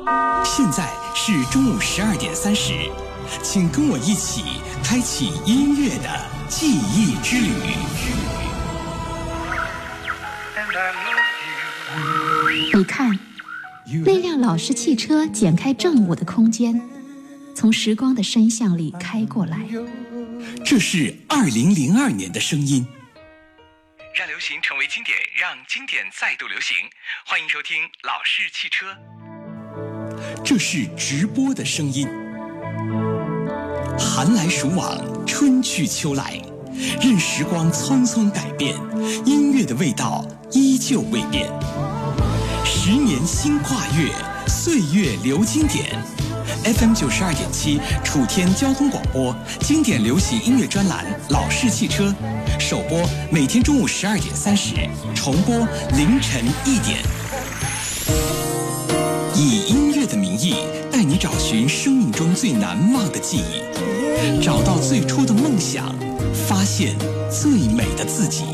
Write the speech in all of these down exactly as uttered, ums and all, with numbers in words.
现在是中午十二点三十，请跟我一起开启音乐的记忆之旅。 你看，那辆老式汽车剪开正午的空间，从时光的深巷里开过来。 这是二零零二年的声音。 让流行成为经典，让经典再度流行。欢迎收听老式汽车。 这是直播的声音。寒来暑往，春去秋来，任时光匆匆改变，音乐的味道依旧未变。十年新跨越，岁月留经典。F M 九十二点七，楚天交通广播，经典流行音乐专栏《老式汽车》，首播每天中午十二点三十，重播凌晨一点。以音乐的名义，带你找寻生命中最难忘的记忆，找到最初的梦想，发现最美的自己。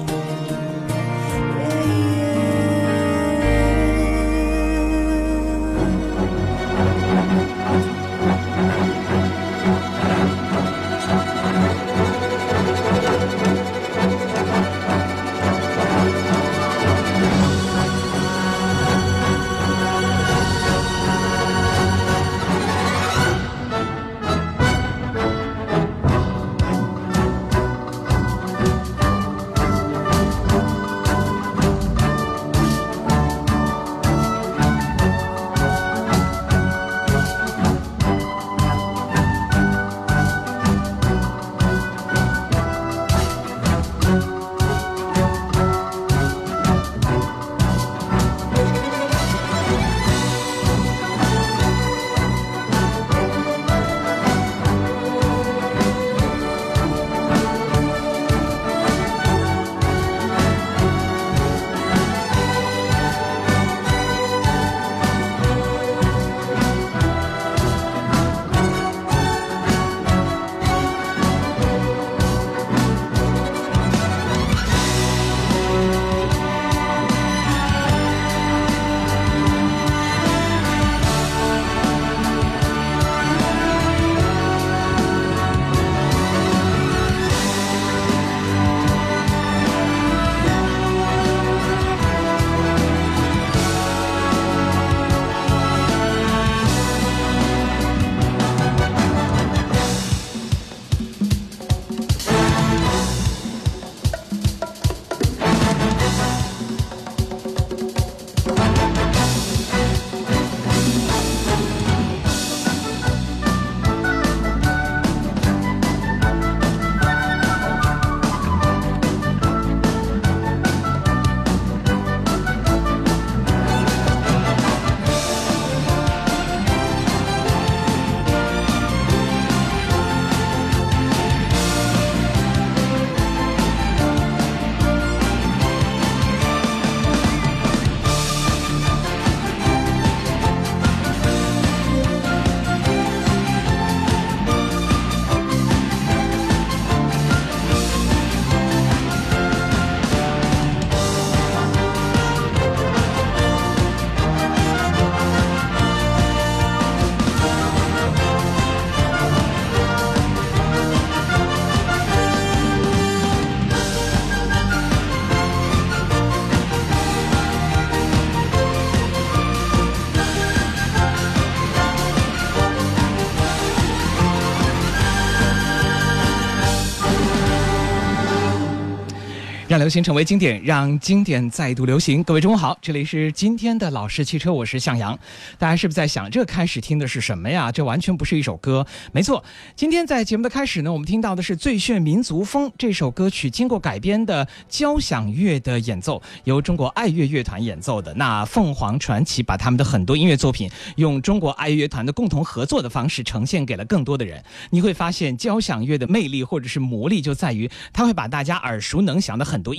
让流行成为经典，让经典再度流行。各位中午好，这里是今天的老式汽车，我是向阳。大家是不是在想，这开始听的是什么呀？这完全不是一首歌。没错，今天在节目的开始呢，我们听到的是《最炫民族风》这首歌曲经过改编的交响乐的演奏，由中国爱乐乐团演奏的。那凤凰传奇把他们的很多音乐作品用中国爱乐乐团的共同合作的方式呈现给了更多的人。你会发现交响乐的魅力或者是魔力就在于它会把大家耳熟能详的很多音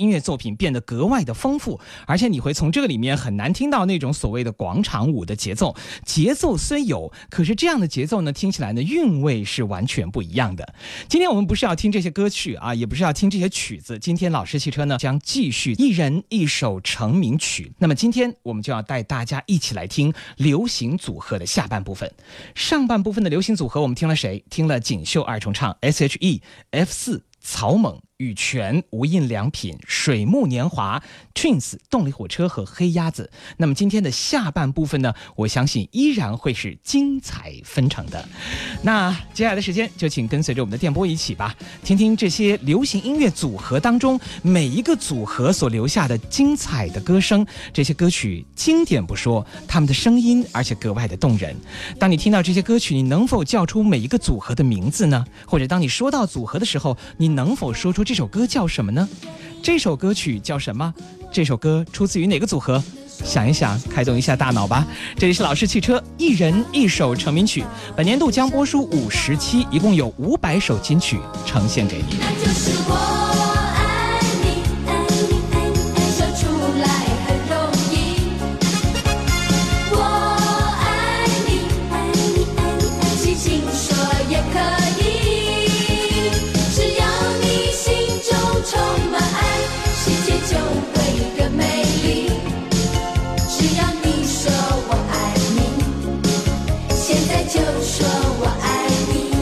音乐作品变得格外的丰富，而且你会从这个里面很难听到那种所谓的广场舞的节奏。节奏虽有，可是这样的节奏呢，听起来呢韵味是完全不一样的。今天我们不是要听这些歌曲啊，也不是要听这些曲子，今天老式汽车呢将继续一人一首成名曲。那么今天我们就要带大家一起来听流行组合的下半部分。上半部分的流行组合我们听了谁？听了锦绣二重唱 S H E、F 四、草蜢、羽泉、无印良品、水木年华、Twins、动力火车和黑鸭子。那么今天的下半部分呢，我相信依然会是精彩纷呈的。那接下来的时间就请跟随着我们的电波一起吧，听听这些流行音乐组合当中每一个组合所留下的精彩的歌声。这些歌曲经典不说，他们的声音而且格外的动人。当你听到这些歌曲，你能否叫出每一个组合的名字呢？或者当你说到组合的时候，你能否说出这首歌叫什么呢？这首歌曲叫什么？这首歌出自于哪个组合？想一想，开动一下大脑吧。这里是老式汽车一人一首成名曲，本年度将播出五十期，一共有五百首金曲呈现给你。 那就是我爱你，爱你爱你爱说出来很容易。我爱你，爱你爱你爱轻轻说也可以。只要你心中充满爱，世界就会更美丽。只要你说我爱你，现在就说我爱你。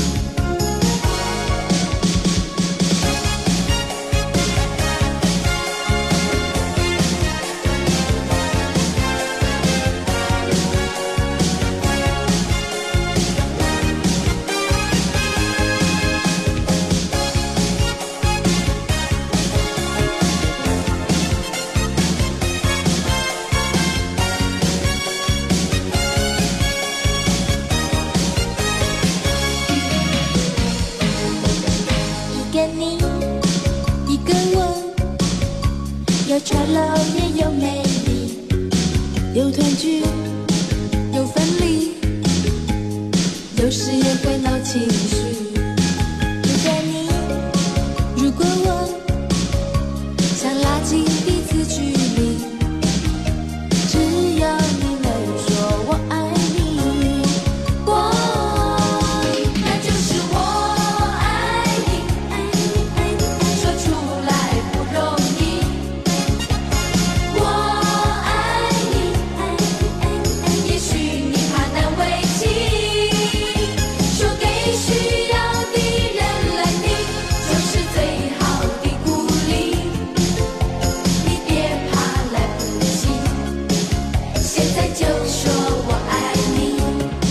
有潮流也有美丽，有团聚有分离，有时也会闹情绪。如果你如果我想拉近彼此距离，只要你能说我爱你，我那就是我爱你，爱你爱你爱说出来不容易。我爱你，爱你爱你爱，也许你怕难为情，说给需要的人来听，就是最好的鼓励。你别怕来不及，现在就说我爱你。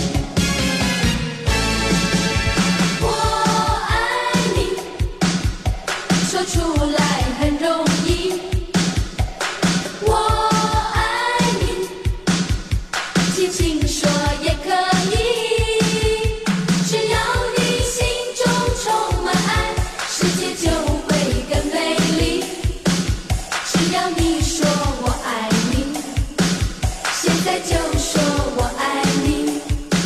我爱你，说出来很容易。我爱你，轻轻说也可以。只要你心中充满爱，世界就会更美丽。只要你说我爱你，现在就说我爱你。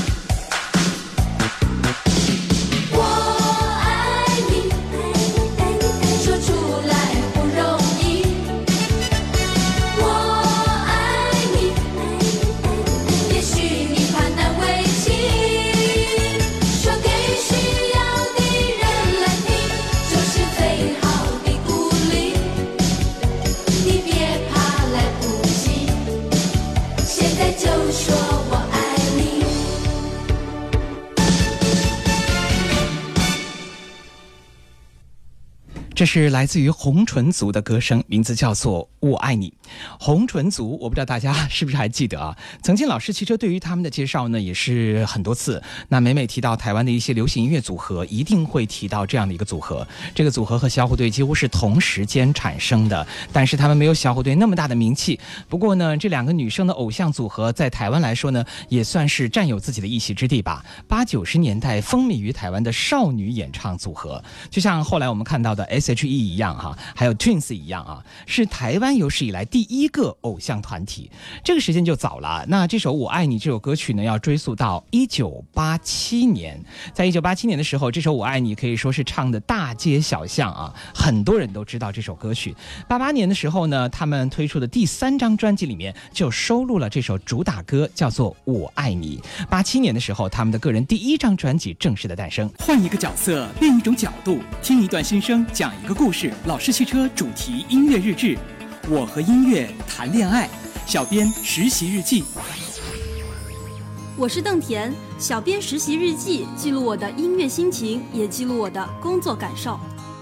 我爱你，爱你爱你爱说出来不容易。我爱你，爱你爱你，也许你怕难为情，说给需要的人来听，就是最好的鼓励。你别怕来不及，现在就说我爱你。 这是来自于红唇族的歌声，名字叫做《我爱你》。红唇族，我不知道大家是不是还记得啊？曾经老式汽车对于他们的介绍呢，也是很多次。那每每提到台湾的一些流行音乐组合，一定会提到这样的一个组合。这个组合和小虎队几乎是同时间产生的，但是他们没有小虎队那么大的名气。不过呢，这两个女生的偶像组合在台湾来说呢，也算是占有自己的一席之地吧。八九十年代风靡于台湾的少女演唱组合，就像后来我们看到的 S S H E 一样哈，还有 Twins 一样啊，是台湾有史以来第一个偶像团体。这个时间就早了。那这首《我爱你》这首歌曲呢，要追溯到一九八七年。在一九八七年的时候，这首《我爱你》可以说是唱的大街小巷啊，很多人都知道这首歌曲。八八年的时候呢，他们推出的第三张专辑里面就收录了这首主打歌，叫做《我爱你》。八七年的时候，他们的个人第一张专辑正式的诞生。 换一个角色，另一种角度，听一段心声，讲一个故事。老式汽车主题音乐日志，我和音乐谈恋爱。小编实习日记。 我是邓田，小编实习日记，记录我的音乐心情，也记录我的工作感受。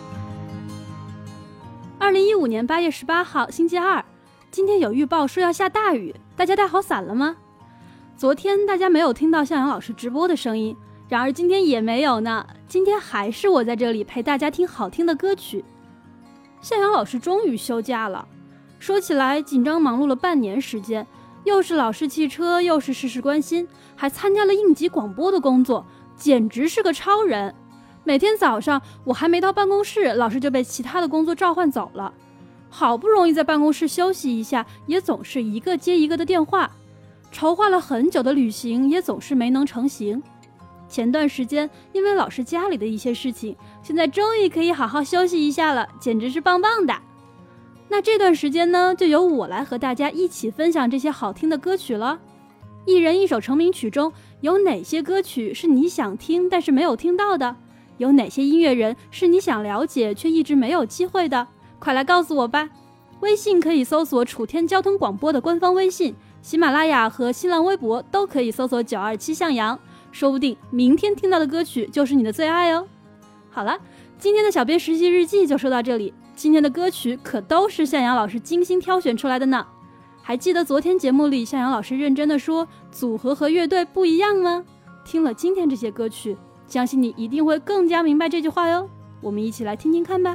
二零一五年八月十八号，星期二，今天有预报说要下大雨，大家带好伞了吗？昨天大家没有听到向阳老师直播的声音，然而今天也没有呢。今天还是我在这里陪大家听好听的歌曲。向阳老师终于休假了，说起来紧张忙碌了半年时间，又是老式汽车，又是事事关心，还参加了应急广播的工作，简直是个超人。每天早上我还没到办公室，老师就被其他的工作召唤走了。好不容易在办公室休息一下，也总是一个接一个的电话。筹划了很久的旅行也总是没能成行。前段时间因为老师家里的一些事情，现在终于可以好好休息一下了，简直是棒棒的。那这段时间呢，就由我来和大家一起分享这些好听的歌曲了。一人一首成名曲中，有哪些歌曲是你想听但是没有听到的？有哪些音乐人是你想了解却一直没有机会的？快来告诉我吧。微信可以搜索楚天交通广播的官方微信，喜马拉雅和新浪微博都可以搜索九二七向阳，说不定明天听到的歌曲就是你的最爱哦。好了，今天的小编实习日记就说到这里。今天的歌曲可都是向阳老师精心挑选出来的呢。还记得昨天节目里向阳老师认真的说组合和乐队不一样吗？听了今天这些歌曲，相信你一定会更加明白这句话哟。我们一起来听听看吧。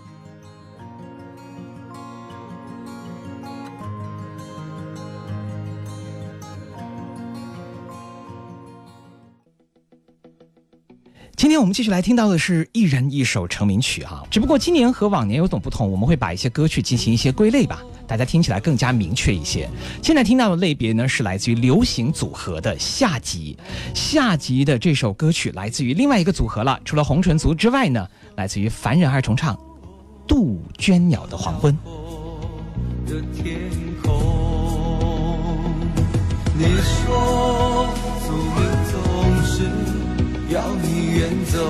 今天我们继续来听到的是一人一首成名曲哈，只不过今年和往年有所不同，我们会把一些歌曲进行一些归类吧，大家听起来更加明确一些。现在听到的类别呢是来自于流行组合的下集，下集的这首歌曲来自于另外一个组合了，除了红唇族之外呢，来自于凡人二重唱《杜鹃鸟的黄昏》。 的天空，你说宿命总是要你远走，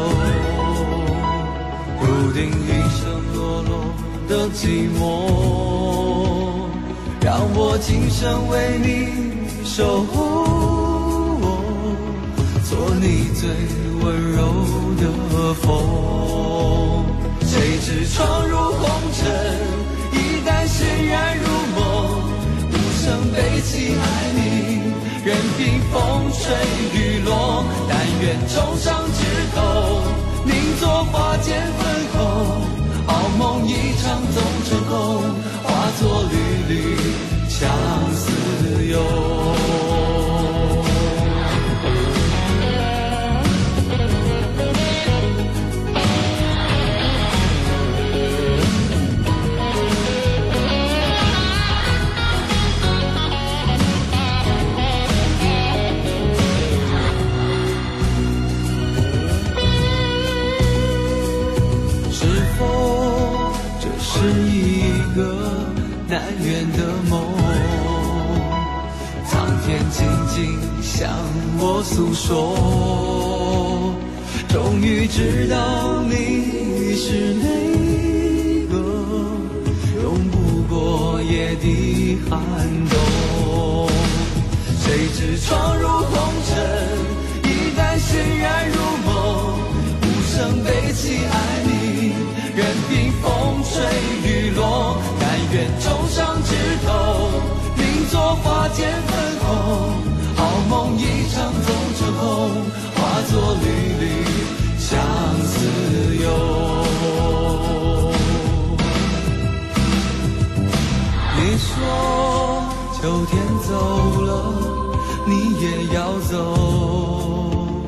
注定一生落落的寂寞，让我今生为你守候，做你最温柔的风。谁知闯入红尘，一旦深染入梦，无声悲泣爱你，任凭风吹雨落，但愿重上枝头，凝作花间粉红，好梦一场总成空，化作缕缕相思忧。是一个难圆的梦，苍天静静向我诉说，终于知道你是那个永不过夜的寒冬。谁知闯入红尘，一旦深染入梦，无声悲泣爱你，任凭风吹雨落，但愿重上枝头，凝作花间粉红，好梦一场总成空，化作缕缕相思忧。你说秋天走了，你也要走，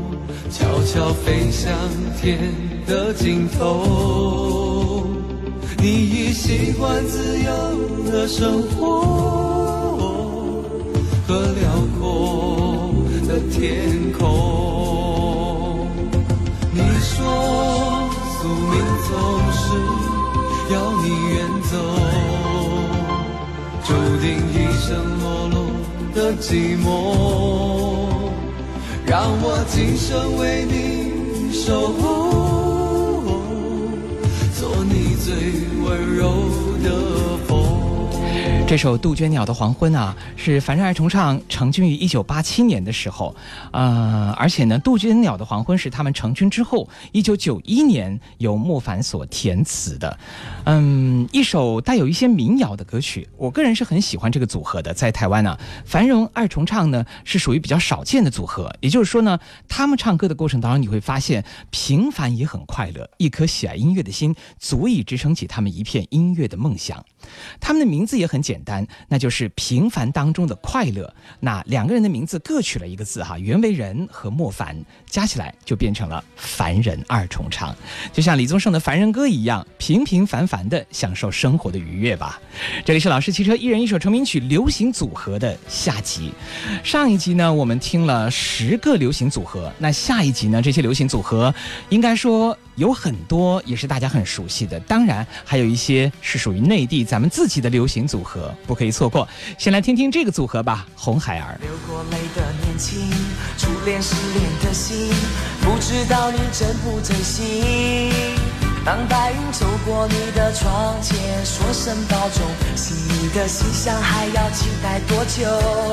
悄悄飞向天的尽头。你已习惯自由的生活和辽阔的天空。你说宿命总是要你远走，注定一生落落的寂寞，让我今生为你守候，做你最温柔的风。 这首杜鹃鸟的黄昏啊，是凡人二重唱成军于一九八七年的时候，呃，而且呢，杜鹃鸟的黄昏是他们成军之后一九九一年由莫凡所填词的，嗯，一首带有一些民谣的歌曲。我个人是很喜欢这个组合的，在台湾呢、啊，凡人二重唱呢是属于比较少见的组合，也就是说呢，他们唱歌的过程当中，你会发现平凡也很快乐，一颗喜爱音乐的心足以支撑起他们一片音乐的梦想。他们的名字也很简单，那就是平凡当中的快乐。那两个人的名字各取了一个字哈，袁惟仁和莫凡加起来就变成了凡人二重唱，就像李宗盛的《凡人歌》一样，平平凡凡的享受生活的愉悦吧。这里是老式汽车一人一首成名曲流行组合的下集。上一集呢，我们听了十个流行组合，那下一集呢，这些流行组合应该说有很多也是大家很熟悉的，当然还有一些是属于内地咱们自己的流行组合，不可以错过。先来听听这个组合吧，红孩儿。 流过泪的年轻，初恋失恋的心，不知道你珍不珍惜。当白云走过你的窗前，说声保重，心里的细想还要期待多久？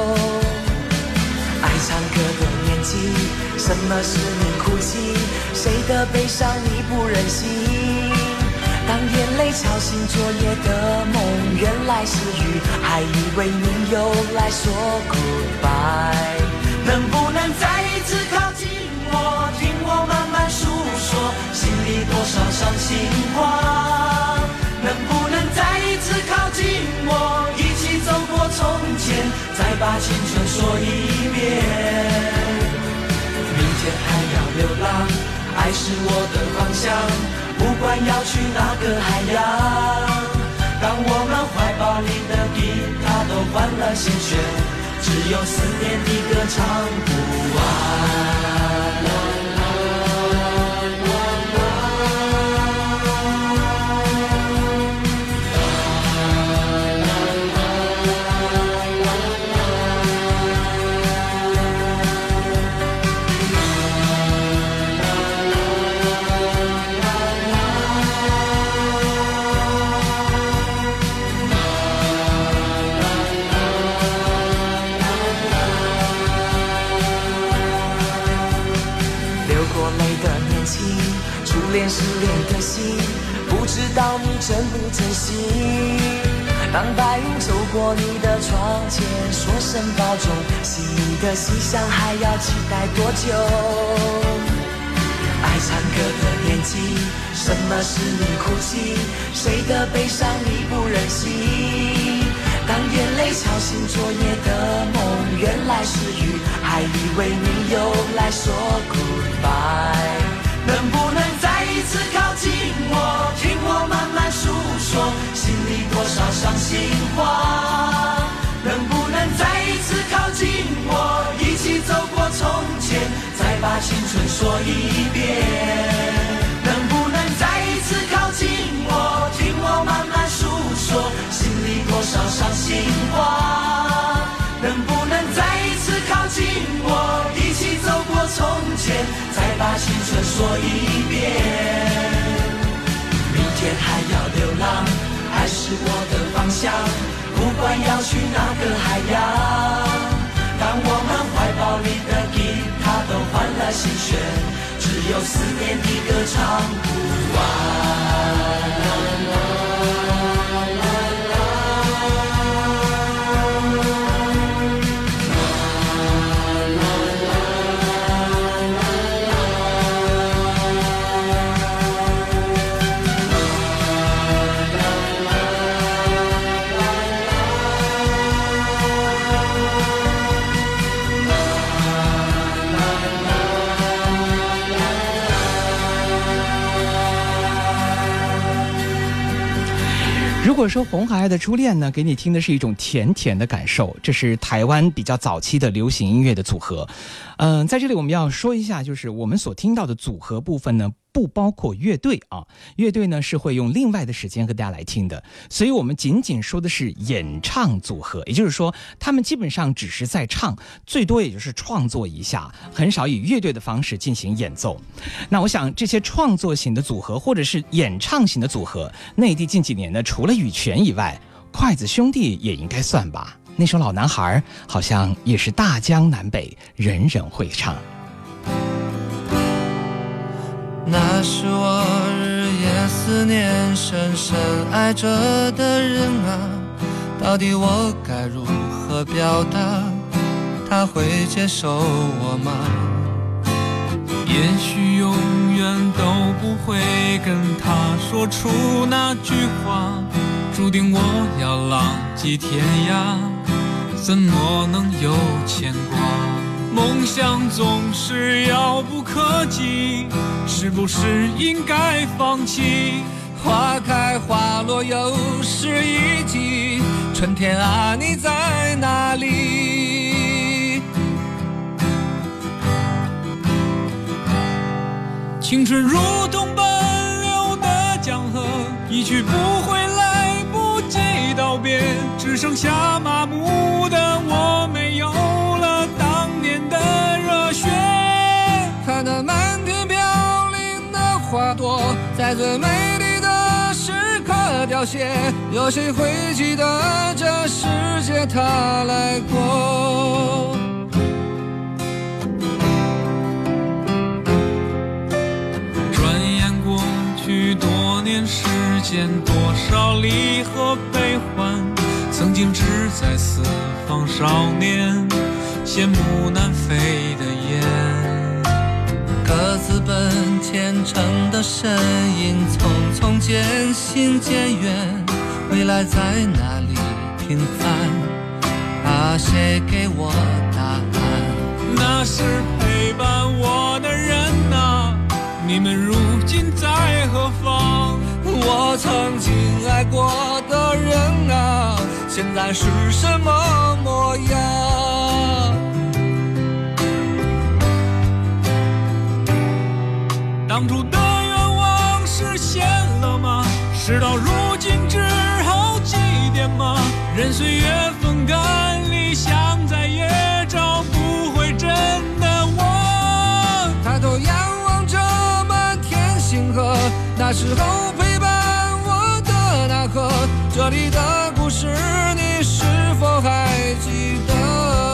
爱唱歌的年纪，什么是你哭泣？谁的悲伤你不忍心？当眼泪敲醒昨夜的梦，原来是雨，还以为你又来说 goodbye。 能不能再一次靠近我，听我慢慢诉说心里多少伤心话？能不能再一次靠近我，一起走过从前，再把青春说一遍。明天还要流浪，爱是我的方向，不管要去哪个海洋。当我们怀抱里的吉他都换了新弦，只有思念的歌唱不完。初恋失恋的心，不知道你珍不珍惜。当白云走过你的窗前，说声保重，心里的细想还要期待多久？爱唱歌的年纪，什么是你哭泣？谁的悲伤你不忍心？当眼泪敲醒昨夜的梦，原来是雨，还以为你又来说 goodbye。能不能再一次靠近我，听我慢慢诉说心里多少伤心话？能不能再一次靠近我，一起走过从前，再把青春说一遍？能不能再一次靠近我，听我慢慢诉说心里多少伤心话？能不能再一次靠近我，一起走过从前，再把青春说一遍？明天还要流浪，还是我的方向，不管要去哪个海洋。当我们怀抱里的吉他都换了新弦，只有思念的歌唱不完。 果说红孩儿的初恋呢，给你听的是一种甜甜的感受，这是台湾比较早期的流行音乐的组合。嗯、呃，在这里我们要说一下，就是我们所听到的组合部分呢，不包括乐队啊，乐队呢是会用另外的时间和大家来听的，所以我们仅仅说的是演唱组合，也就是说他们基本上只是在唱，最多也就是创作一下，很少以乐队的方式进行演奏。那我想这些创作型的组合或者是演唱型的组合，内地近几年呢，除了羽泉以外，筷子兄弟也应该算吧。那首老男孩好像也是大江南北人人会唱。 那是我日夜思念深深爱着的人啊，到底我该如何表达，他会接受我吗？ 也许永远都不会跟他说出那句话，注定我要浪迹天涯，怎么能有牵挂？梦想总是遥不可及，是不是应该放弃？ 花开花落又是一季，春天啊你在哪里？ 青春如同奔流的江河，一去不回，来不及道别，只剩下麻木的我，没有了当年的热血。 看那满天飘零的花朵，在最美丽的时刻凋谢，有谁会记得这世界它来过？ 多年时间，多少离合悲欢，曾经志在四方少年，羡慕南飞的雁。 各自奔前程的身影，匆匆渐行渐远，未来在哪里平凡？啊，谁给我答案？ 那是陪伴我的人啊，你们如今在何方？ 我曾经爱过的人啊，现在是什么模样？ 当初的愿望实现了吗？事到如今只好祭奠吗？任岁月风干，理想再也找不回真的我。 抬头仰望着满天星河，那时候陪伴我的那刻，这里的故事你是否还记得？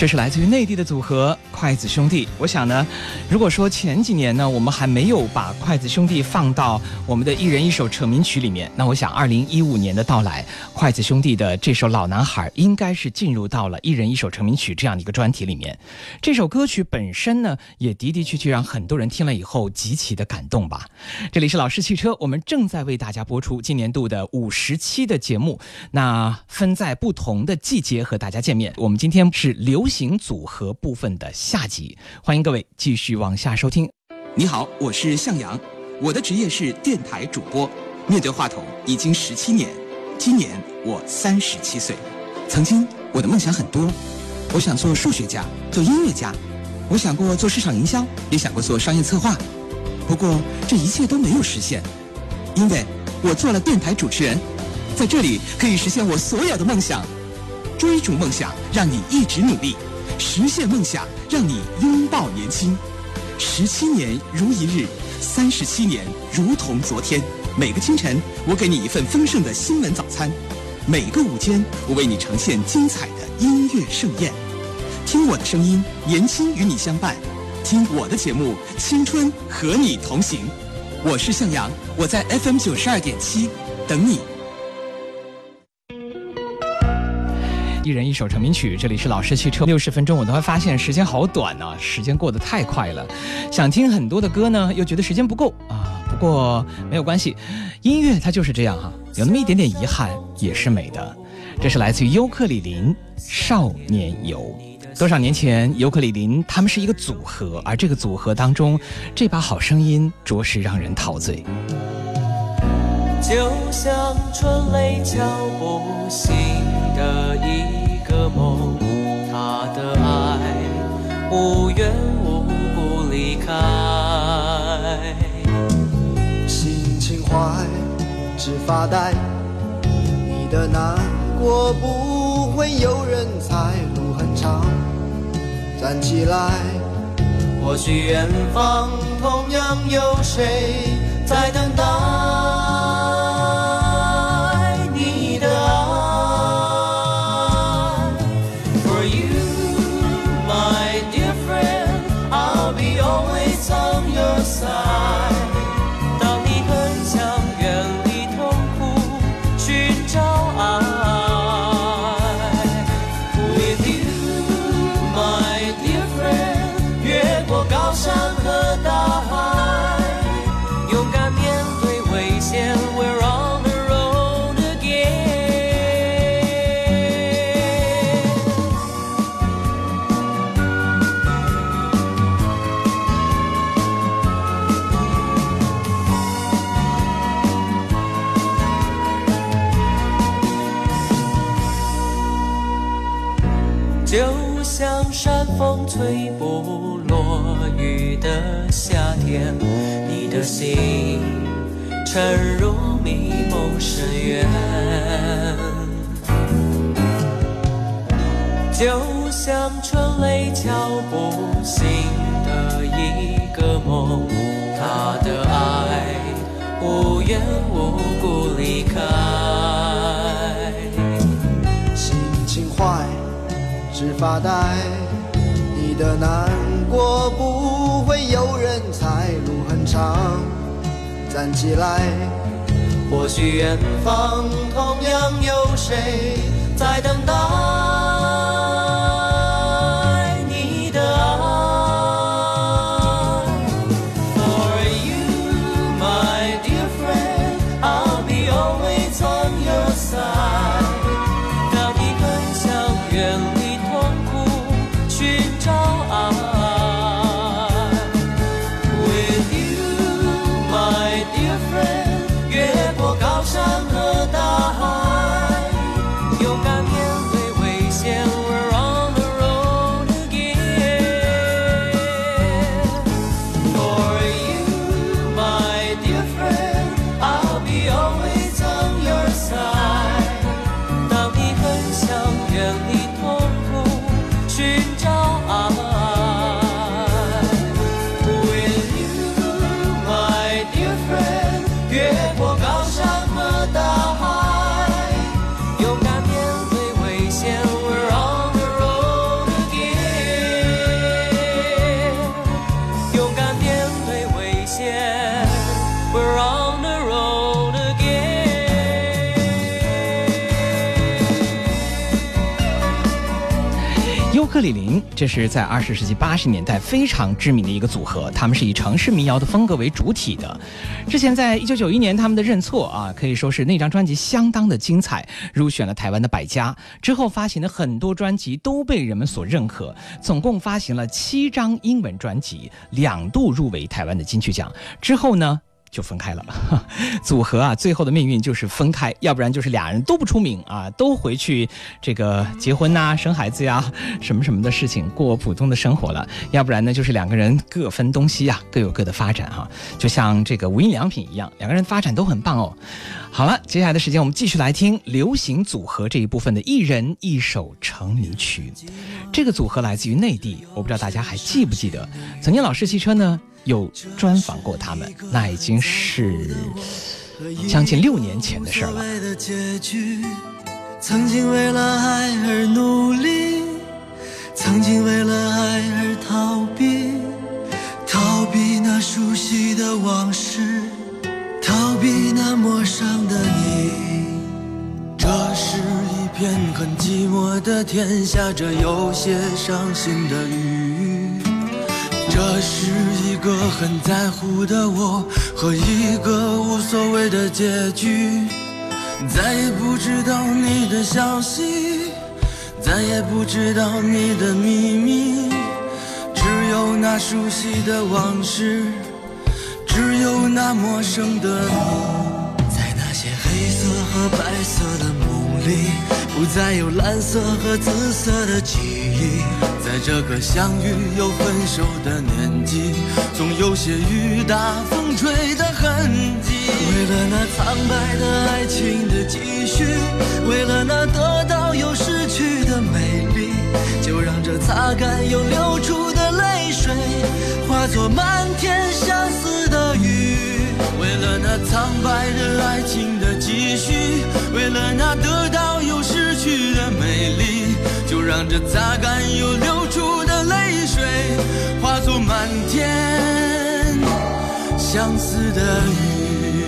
这是来自于内地的组合筷子兄弟。我想呢，如果说前几年呢，我们还没有把筷子兄弟放到我们的一人一首成名曲里面，那我想二零一五年的到来，筷子兄弟的这首《老男孩》应该是进入到了一人一首成名曲这样的一个专题里面。这首歌曲本身呢，也的的确确让很多人听了以后极其的感动吧。这里是老式汽车，我们正在为大家播出今年度的五十期的节目，那分在不同的季节和大家见面。我们今天是流行组合部分的下集，欢迎各位继续往下收听。 你好，我是向阳，我的职业是电台主播，面对话筒已经十七年，今年我三十七岁。曾经我的梦想很多，我想做数学家，做音乐家，我想过做市场营销，也想过做商业策划，不过这一切都没有实现，因为我做了电台主持人，在这里可以实现我所有的梦想。追逐梦想，让你一直努力；实现梦想，让你拥抱年轻。十七年如一日，三十七年如同昨天。每个清晨，我给你一份丰盛的新闻早餐；每个午间，我为你呈现精彩的音乐盛宴。听我的声音，年轻与你相伴；听我的节目，青春和你同行。我是向阳，我在 F M 九十二点七等你。 一人一首成名曲，这里是老式汽车。六十分钟，我都会发现时间好短啊，时间过得太快了。想听很多的歌呢，又觉得时间不够啊。不过没有关系，音乐它就是这样哈、啊，有那么一点点遗憾也是美的。这是来自于尤克里林《少年游》。多少年前，尤克里林他们是一个组合，而这个组合当中，这把好声音着实让人陶醉。 就像春雷敲不醒的一个梦，他的爱无缘无故离开， 心情坏只发呆，你的难过不会有人猜，路很长，站起来， 或许远方同样有谁在等待你的爱。 For you, my dear friend, I'll be always on your side. 当你很想远离痛苦，寻找爱。With you, my dear friend, 越过高山和大海，勇敢面对危险。We're on the road again. 就像山风吹不落雨的夏天，你的心沉入迷梦深渊，就像春雷敲不醒的一个梦，他的爱无缘无故离开， 心情坏只发呆，你的难过不会有人猜，路很长，站起来， 或许远方同样有谁在等待你的爱。For you, my dear friend, I'll be always on your side. 当你很想远离痛苦，寻找爱。With you, my dear friend, 越过高山和大海，勇敢面对贺礼林，这是在二十世纪八十年代非常知名的一个组合，他们是以城市民谣的风格为主体的。之前在一九九一年他们的认错啊，可以说是那张专辑相当的精彩，入选了台湾的百家。之后发行的很多专辑都被人们所认可，总共发行了七张英文专辑，两度入围台湾的金曲奖。之后呢就分开了，组合啊，最后的命运就是分开，要不然就是俩人都不出名啊，都回去这个结婚呐、啊、生孩子呀、什么什么的事情，过普通的生活了；要不然呢，就是两个人各分东西啊，各有各的发展啊，就像这个无印良品一样，两个人发展都很棒哦。好了，接下来的时间我们继续来听流行组合这一部分的一人一首成名曲。这个组合来自于内地，我不知道大家还记不记得，曾经老式汽车呢有专访过他们，那已经是将近六年前的事了。 曾经为了爱而努力，曾经为了爱而逃避，逃避那熟悉的往事，逃避那陌生的你。这是一片很寂寞的天，下着有些伤心的雨。这是一个很在乎的我和一个无所谓的结局，再也不知道你的消息，再也不知道你的秘密，只有那熟悉的往事，只有那陌生的你。在那些黑色和白色的梦里，不再有蓝色和紫色的记忆，在这个相遇又分手的年纪，总有些雨打风吹的痕迹。为了那苍白的爱情的继续，为了那得到又失去的美丽，就让这擦干又流出的泪水化作漫天相思的雨。为了那苍白的爱情的继续，为了那得到又失去的美丽，就让这擦干又流出的泪水化作漫天相思的雨。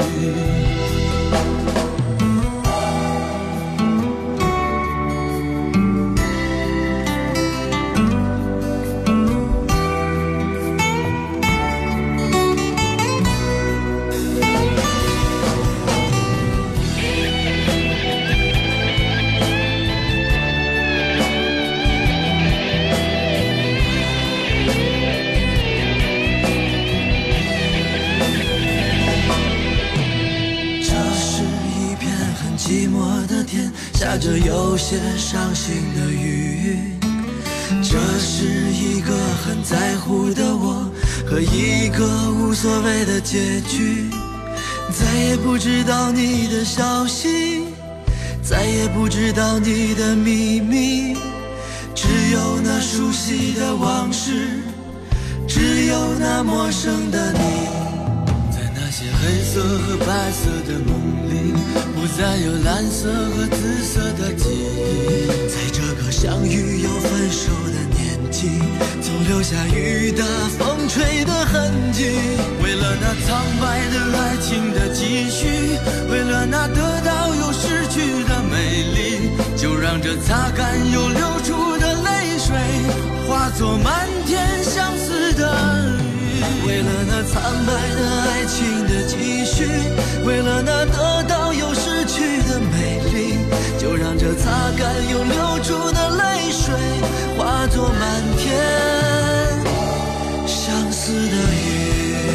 下着有些伤心的雨，这是一个很在乎的我和一个无所谓的结局，再也不知道你的消息，再也不知道你的秘密，只有那熟悉的往事，只有那陌生的你。在那些黑色和白色的梦里，不再有蓝色和紫色的记忆，在这个相遇又分手的年纪，总留下雨打风吹的痕迹。为了那苍白的爱情的继续，为了那得到又失去的美丽，就让这擦干又流出的泪水化作漫天相思的雨。为了那苍白的爱情的继续，为了那得到又失去的美丽，就让这擦干又流出的泪水化作漫天相思的雨。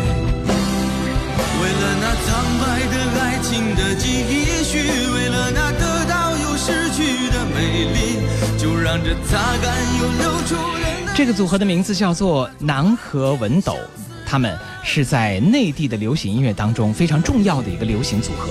为了那苍白的爱情的继续，为了那得到又失去的美丽，就让这擦干又流出的。 这个组合的名字叫做南河文斗，他们是在内地的流行音乐当中非常重要的一个流行组合。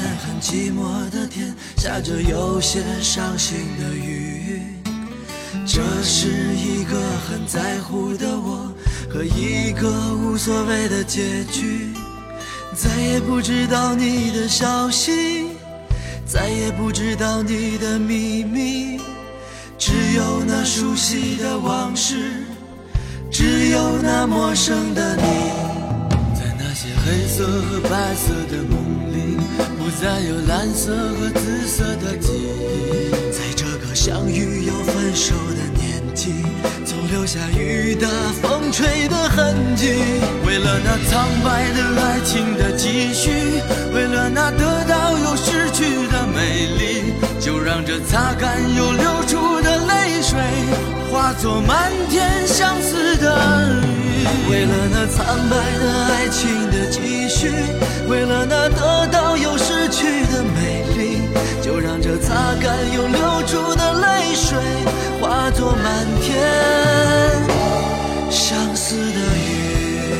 下着有些伤心的雨， 这是一个很在乎的我和一个无所谓的结局，再也不知道你的消息，再也不知道你的秘密，只有那熟悉的往事，只有那陌生的你。在那些黑色和白色的梦里，不再有蓝色和紫色的记忆，在这个相遇又分手的年纪，总留下雨打风吹的痕迹。为了那苍白的爱情的继续，为了那得到又失去的美丽，就让这擦干又流出的泪水化作漫天相思的雨。为了那苍白的爱情的继续，为了那得到又失去的美丽，就让这擦干又流出的泪水化作漫天相思的雨。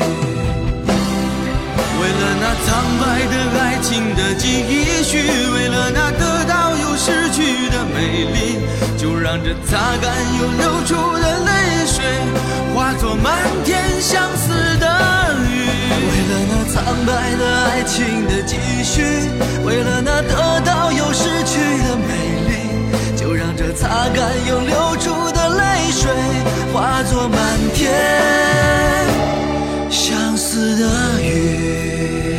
为了那苍白的爱情的继续，为了那得到又失去的美丽，就让这擦干又流出的泪水化作漫天相思的雨。为了那苍白的爱情的继续，为了那得到又失去的美丽，就让这擦干又流出的泪水化作漫天相思的雨。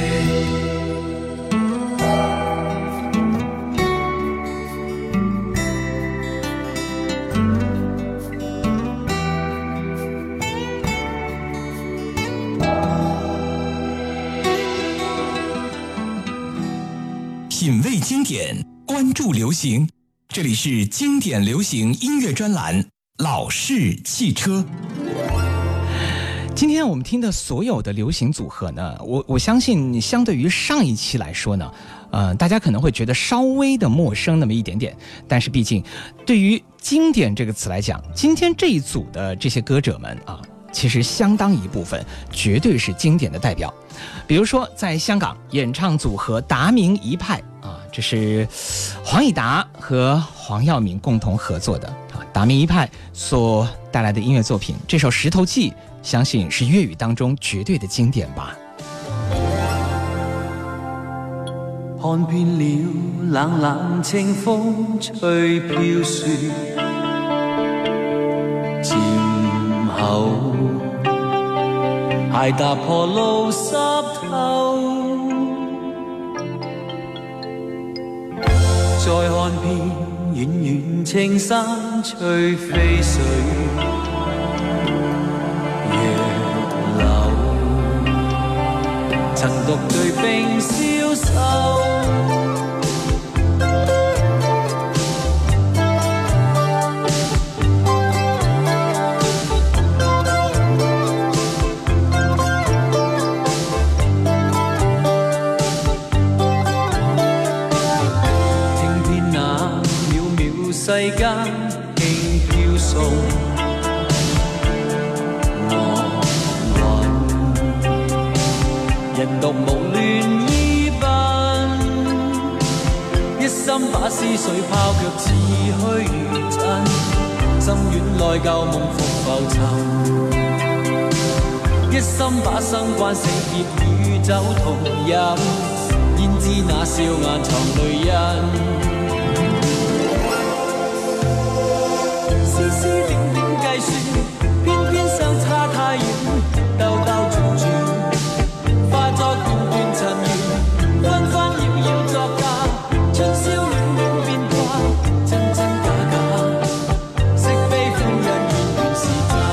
品味经典，关注流行，这里是经典流行音乐专栏老式汽车。 今天我们听的所有的流行组合呢，我我相信相对于上一期来说呢，呃，大家可能会觉得稍微的陌生那么一点点，但是毕竟对于经典这个词来讲，今天这一组的这些歌者们啊，其实相当一部分绝对是经典的代表。比如说在香港，演唱组合达明一派啊，这是黄义达和黄耀明共同合作的啊，达明一派所带来的音乐作品，这首《石头记》相信是粤语当中绝对的经典吧。 看遍了冷冷清风吹飘雪，漸後鞋踏破路濕透，再看遍遠遠青山吹飛水，月流曾獨對冰消瘦。世間輕飄送我魂，人獨無亂依奔，一心把思緒拋卻似虛如真，心軟內舊夢復浮沉，一心把生關死劫與酒同飲，焉知那笑顏藏淚印。絲點點計算，偏偏相差太遠，兜兜轉轉，化作段段塵緣，紛紛擾擾作假，春宵戀戀變卦，真真假假，惜非歡欣怨怨是詐。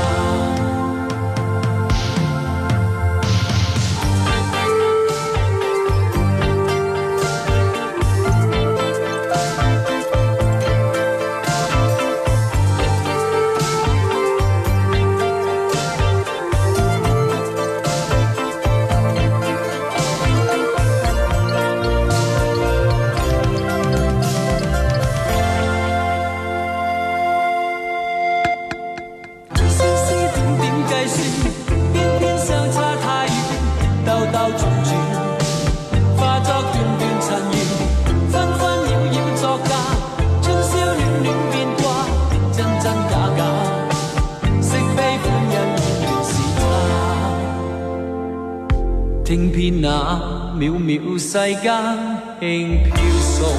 聽遍那渺渺世間輕飄送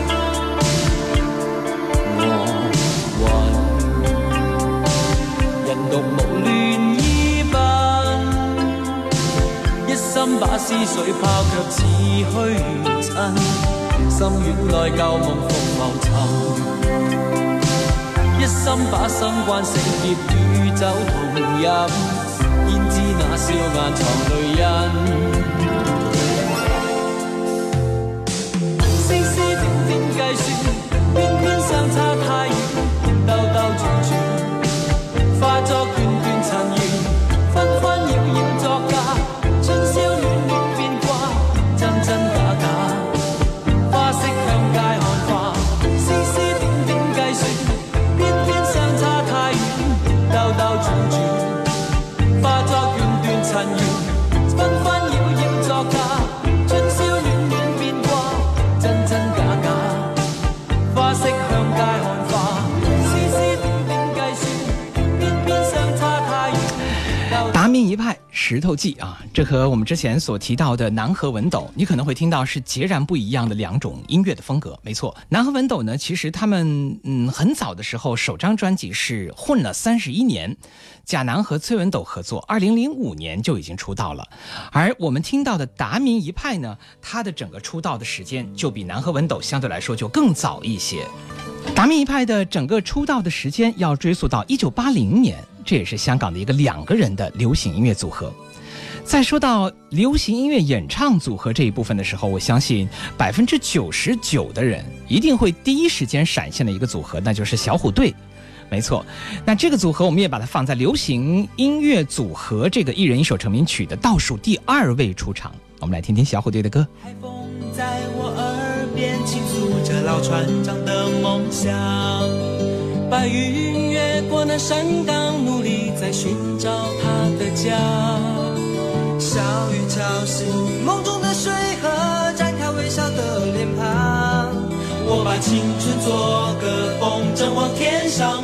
我魂，人獨無戀依奔，一心把思緒拋卻似虛塵，心遠內舊夢復浮沉，一心把心關成劫與酒同飲，焉知那笑顏藏淚印。絲絲點點計算，偏偏相差太遠，兜兜轉轉，化作段段塵緣，紛紛擾擾作假，春宵暖暖變卦，真真假假，花色向街看花。絲絲點點計算，偏偏相差太遠，兜兜轉轉，化作段段塵緣，紛紛擾擾作假，春宵暖暖變卦，真真假假，花色向街看花。絲絲點點計算，偏偏相差太遠。 达明一派石头记啊，这和我们之前所提到的南河文斗，你可能会听到是截然不一样的两种音乐的风格。没错，南河文斗呢，其实他们嗯很早的时候首张专辑是混了三十一年，贾南和崔文斗合作，二零零五年就已经出道了。而我们听到的达明一派呢，他的整个出道的时间就比南河文斗相对来说就更早一些。达明一派的整个出道的时间要追溯到一九八零年，这也是香港的一个两个人的流行音乐组合。在说到流行音乐演唱组合这一部分的时候，我相信百分之九十九的人一定会第一时间闪现的一个组合，那就是小虎队。没错，那这个组合我们也把它放在流行音乐组合这个一人一首成名曲的倒数第二位出场。我们来听听小虎队的歌。 海风在我耳边倾诉着老船长的梦想，白云越过那山岗，努力在寻找他的家。小雨敲醒梦中的水河，展开微笑的脸庞。我把青春做个风筝往天上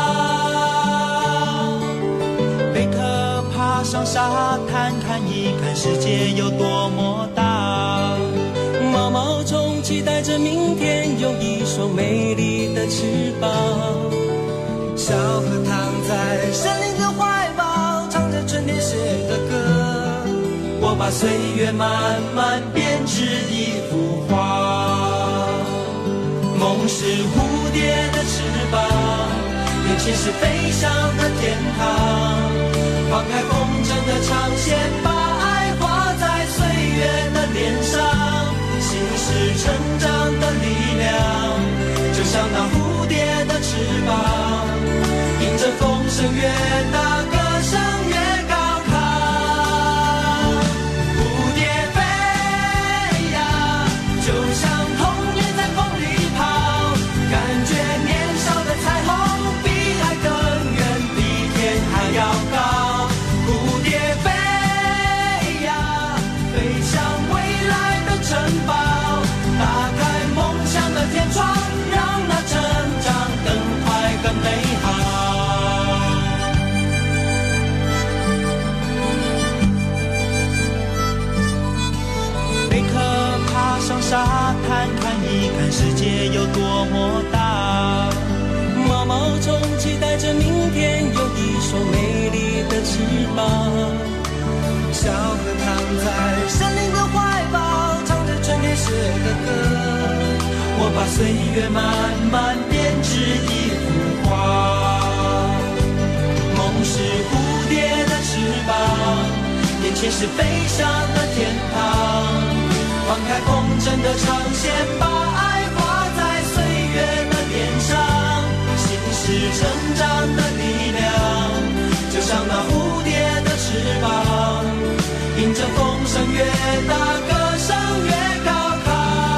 爬，贝壳爬上沙滩，看一看世界有多么大。毛毛虫期待着明天有一双美丽的翅膀。小河躺在森林的怀抱，唱着春天写的歌。我把岁月慢慢编织一幅画。梦是蝴蝶的翅膀，眼前是飞翔的天堂。放开风筝的长线，把爱画在岁月的脸上。心是成长的力量，就像那蝴蝶的翅膀，迎着风声越大，歌声越高亢。蝴蝶飞呀，就像童年在风里跑，感觉年少的彩虹比海更远，比天还要高。蝴蝶飞呀，飞向未来的城堡，打开梦想的天窗，让那成长更快更美好。贝壳爬上沙滩，看一看世界有多么大。毛毛虫期待着明天有一双美丽的翅膀。小河躺在森林的怀抱，唱着春天写的歌。我把岁月慢慢编织一幅画。梦是蝴蝶的翅膀，眼前是飞翔的天堂。放开风筝的长线，把爱画在岁月的脸上。心是成长的力量，就像那蝴蝶的翅膀，迎着风声越大，歌声越高亢。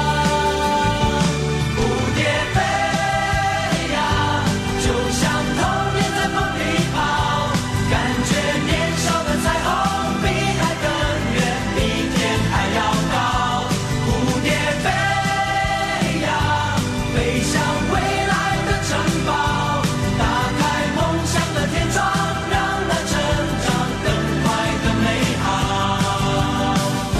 蝴蝶飞呀，就像童年在风里跑，感觉年少的彩虹比海更远，比天还要高。蝴蝶飞呀，飞向未来的城堡，打开梦想的天窗，让那成长更快更美好。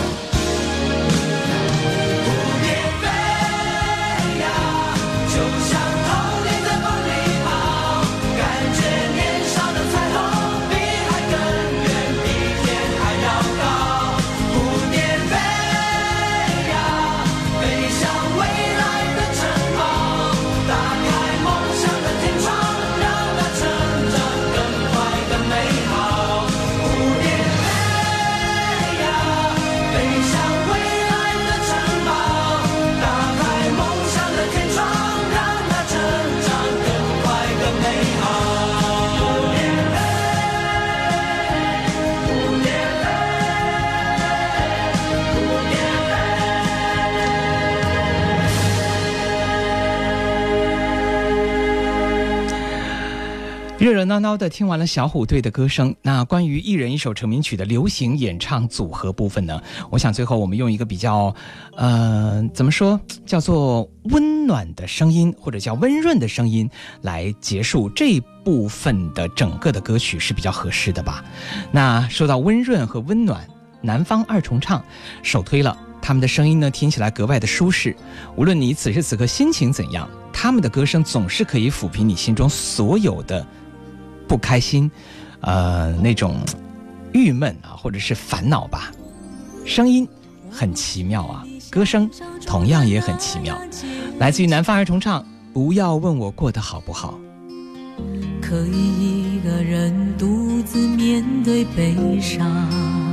热热闹闹的听完了小虎队的歌声，那关于一人一首成名曲的流行演唱组合部分呢，我想最后我们用一个比较呃怎么说叫做温暖的声音，或者叫温润的声音来结束这部分的整个的歌曲是比较合适的吧。那说到温润和温暖，南方二重唱首推了，他们的声音呢听起来格外的舒适，无论你此时此刻心情怎样，他们的歌声总是可以抚平你心中所有的不开心，呃，那种郁闷啊，或者是烦恼吧。声音很奇妙啊，歌声同样也很奇妙。来自于南方二重唱，不要问我过得好不好。 可以一个人独自面对悲伤，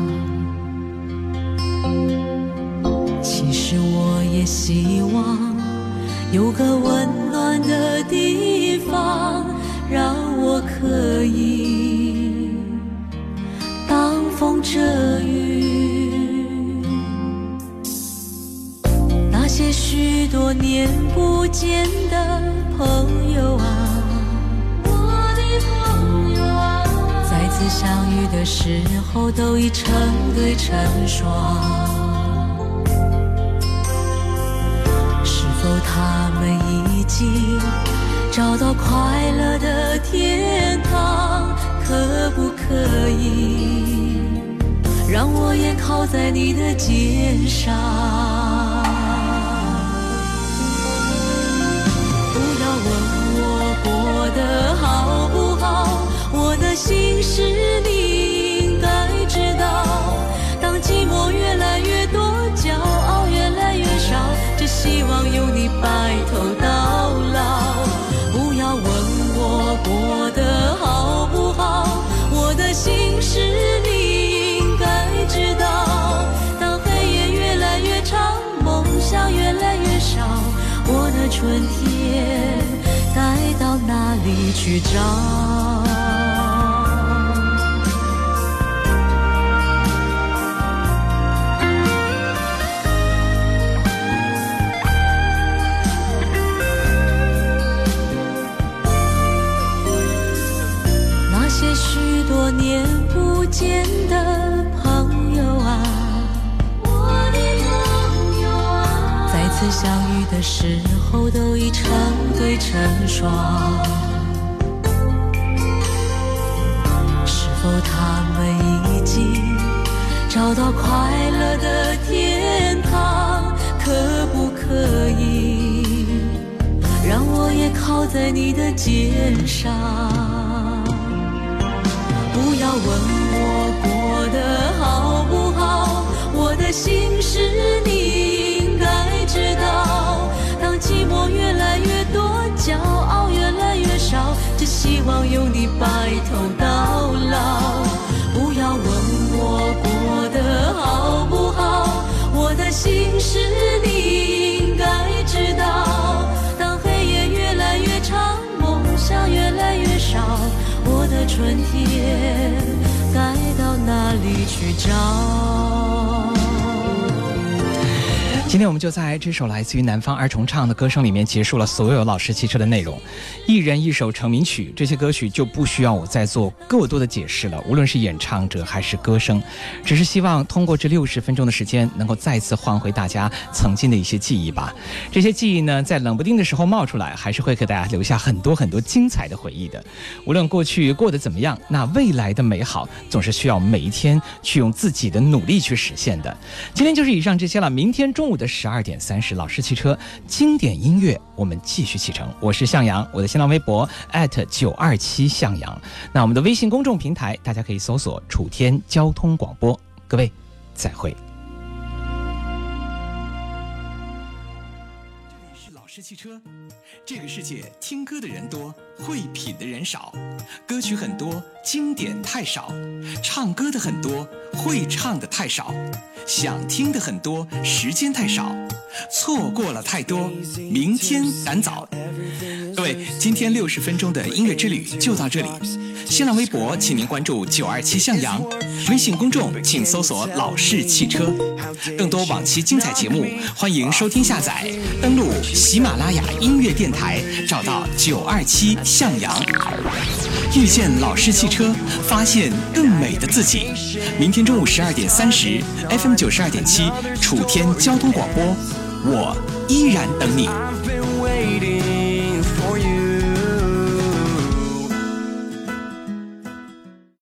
其实我也希望有个温暖的地方，让我可以挡风遮雨。那些许多年不见的朋友啊，我的朋友啊，再次相遇的时候都已成对成双。是否他们已经找到快乐的天堂？可不可以让我也靠在你的肩上？不要问我过得好不好，我的心事你应该知道。当寂寞越来越多，骄傲越来越少，只希望有你白头到老。不要问我过得好不好，我的心事你应该知道。当黑夜越来越长，梦想越来越少，我的春天该到哪里去找？许多年不见的朋友啊，我的朋友啊，再次相遇的时候都已成对成双。是否他们已经找到快乐的天堂？可不可以让我也靠在你的肩上？不要问我过得好不好，我的心事你应该知道。当寂寞越来越多，骄傲越来越少，只希望有你白头到老。不要问我过得好不好，我的心事你应该知道。当黑夜越来越长，梦想越来越少，我的春天该到哪里去找？ 今天我们就在这首来自于南方二重唱的歌声里面结束了所有老式汽车的内容。一人一首成名曲，这些歌曲就不需要我再做过多的解释了，无论是演唱者还是歌声，只是希望通过这六十分钟的时间能够再次唤回大家曾经的一些记忆吧。这些记忆呢，在冷不丁的时候冒出来，还是会给大家留下很多很多精彩的回忆的。无论过去过得怎么样，那未来的美好总是需要每一天去用自己的努力去实现的。今天就是以上这些了，明天中午的十二点三十，老式汽车经典音乐，我们继续启程。我是向阳，我的新浪微博 at 九二七向阳。那我们的微信公众平台，大家可以搜索楚天交通广播。各位，再会。 这里是老式汽车。这个世界听歌的人多，会品的人少，歌曲很多，经典太少，唱歌的很多，会唱的太少，想听的很多，时间太少，错过了太多，明天赶早。各位对，今天六十分钟的音乐之旅就到这里。新浪微博，请您关注九二七向阳；微信公众，请搜索“老式汽车”。更多往期精彩节目，欢迎收听下载。登录喜马拉雅音乐电台，找到九二七向阳。遇见老式汽车，发现更美的自己。明天中午十二点三十 ，F M 九十二点七，楚天交通广播，我依然等你。